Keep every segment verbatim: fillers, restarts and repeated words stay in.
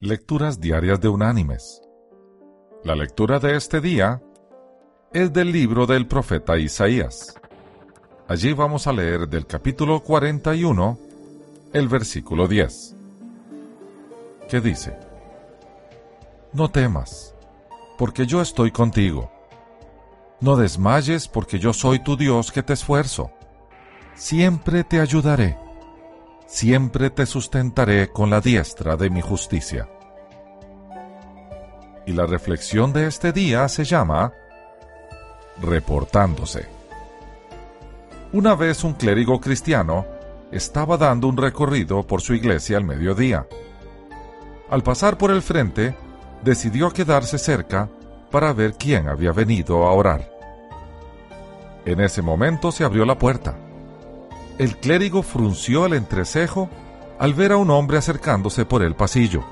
Lecturas diarias de Unánimes. La lectura de este día es del libro del profeta Isaías. Allí vamos a leer del capítulo cuarenta y uno, el versículo diez, que dice: No temas, porque yo estoy contigo. No desmayes, porque yo soy tu Dios que te esfuerzo. Siempre te ayudaré. Siempre te sustentaré con la diestra de mi justicia. Y la reflexión de este día se llama Reportándose. Una vez un clérigo cristiano estaba dando un recorrido por su iglesia al mediodía. Al pasar por el frente, decidió quedarse cerca para ver quién había venido a orar. En ese momento se abrió la puerta. El clérigo frunció el entrecejo al ver a un hombre acercándose por el pasillo.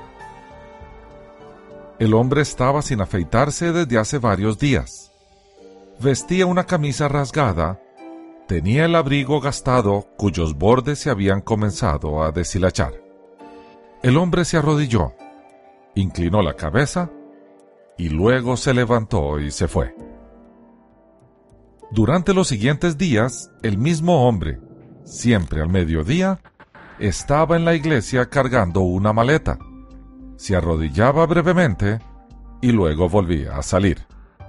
El hombre estaba sin afeitarse desde hace varios días. Vestía una camisa rasgada, tenía el abrigo gastado cuyos bordes se habían comenzado a deshilachar. El hombre se arrodilló, inclinó la cabeza y luego se levantó y se fue. Durante los siguientes días, el mismo hombre, siempre al mediodía, estaba en la iglesia cargando una maleta. Se arrodillaba brevemente y luego volvía a salir.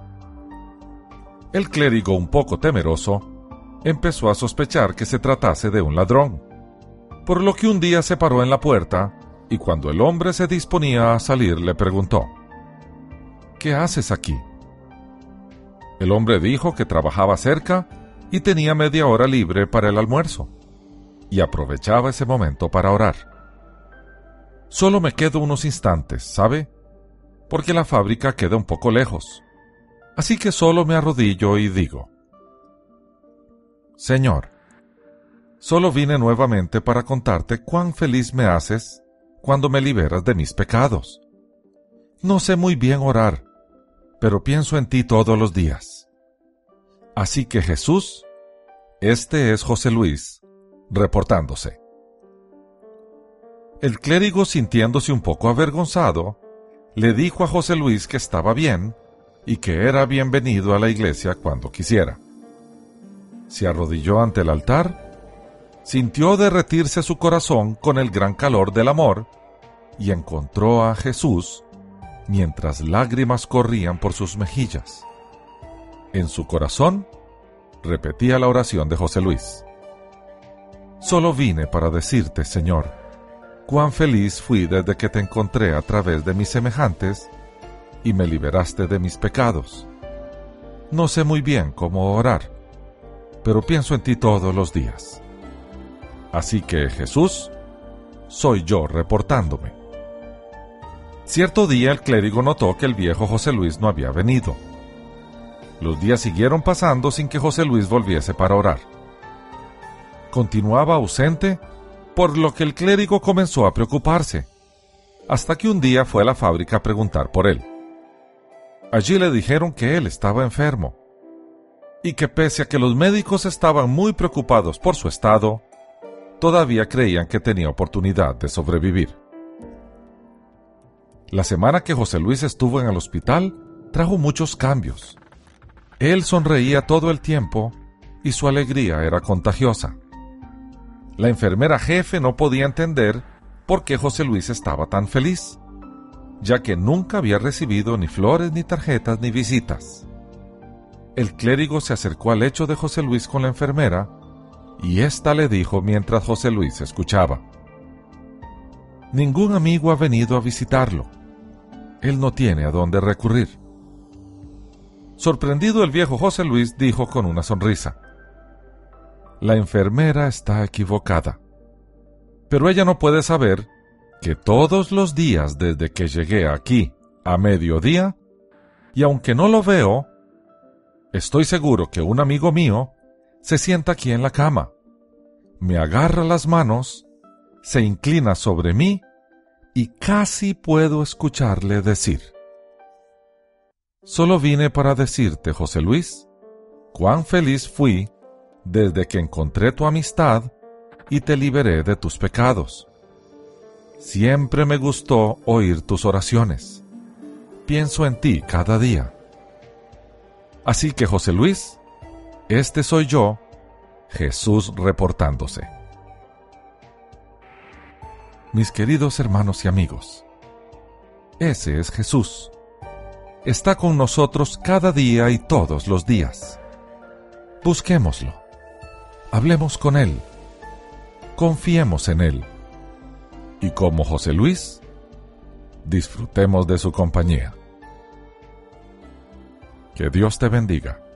El clérigo, un poco temeroso, empezó a sospechar que se tratase de un ladrón, por lo que un día se paró en la puerta y cuando el hombre se disponía a salir le preguntó: ¿Qué haces aquí? El hombre dijo que trabajaba cerca y tenía media hora libre para el almuerzo, y aprovechaba ese momento para orar. Solo me quedo unos instantes, ¿sabe? Porque la fábrica queda un poco lejos. Así que solo me arrodillo y digo: Señor, solo vine nuevamente para contarte cuán feliz me haces cuando me liberas de mis pecados. No sé muy bien orar, pero pienso en ti todos los días. Así que Jesús, este es José Luis, reportándose. El clérigo, sintiéndose un poco avergonzado, le dijo a José Luis que estaba bien y que era bienvenido a la iglesia cuando quisiera. Se arrodilló ante el altar, sintió derretirse su corazón con el gran calor del amor y encontró a Jesús mientras lágrimas corrían por sus mejillas. En su corazón, repetía la oración de José Luis: Solo vine para decirte, Señor, cuán feliz fui desde que te encontré a través de mis semejantes y me liberaste de mis pecados. No sé muy bien cómo orar, pero pienso en ti todos los días. Así que, Jesús, soy yo reportándome. Cierto día el clérigo notó que el viejo José Luis no había venido. Los días siguieron pasando sin que José Luis volviese para orar. Continuaba ausente, por lo que el clérigo comenzó a preocuparse, hasta que un día fue a la fábrica a preguntar por él. Allí le dijeron que él estaba enfermo, y que pese a que los médicos estaban muy preocupados por su estado, todavía creían que tenía oportunidad de sobrevivir. La semana que José Luis estuvo en el hospital trajo muchos cambios. Él sonreía todo el tiempo y su alegría era contagiosa. La enfermera jefe no podía entender por qué José Luis estaba tan feliz, ya que nunca había recibido ni flores, ni tarjetas, ni visitas. El clérigo se acercó al lecho de José Luis con la enfermera y ésta le dijo mientras José Luis escuchaba: Ningún amigo ha venido a visitarlo. Él no tiene a dónde recurrir. Sorprendido, el viejo José Luis dijo con una sonrisa: La enfermera está equivocada. Pero ella no puede saber que todos los días desde que llegué aquí a mediodía, y aunque no lo veo, estoy seguro que un amigo mío se sienta aquí en la cama, me agarra las manos, se inclina sobre mí y casi puedo escucharle decir: Solo vine para decirte, José Luis, cuán feliz fui desde que encontré tu amistad y te liberé de tus pecados. Siempre me gustó oír tus oraciones. Pienso en ti cada día. Así que, José Luis, este soy yo, Jesús reportándose. Mis queridos hermanos y amigos, ese es Jesús. Está con nosotros cada día y todos los días. Busquémoslo. Hablemos con Él. Confiemos en Él. Y como José Luis, disfrutemos de su compañía. Que Dios te bendiga.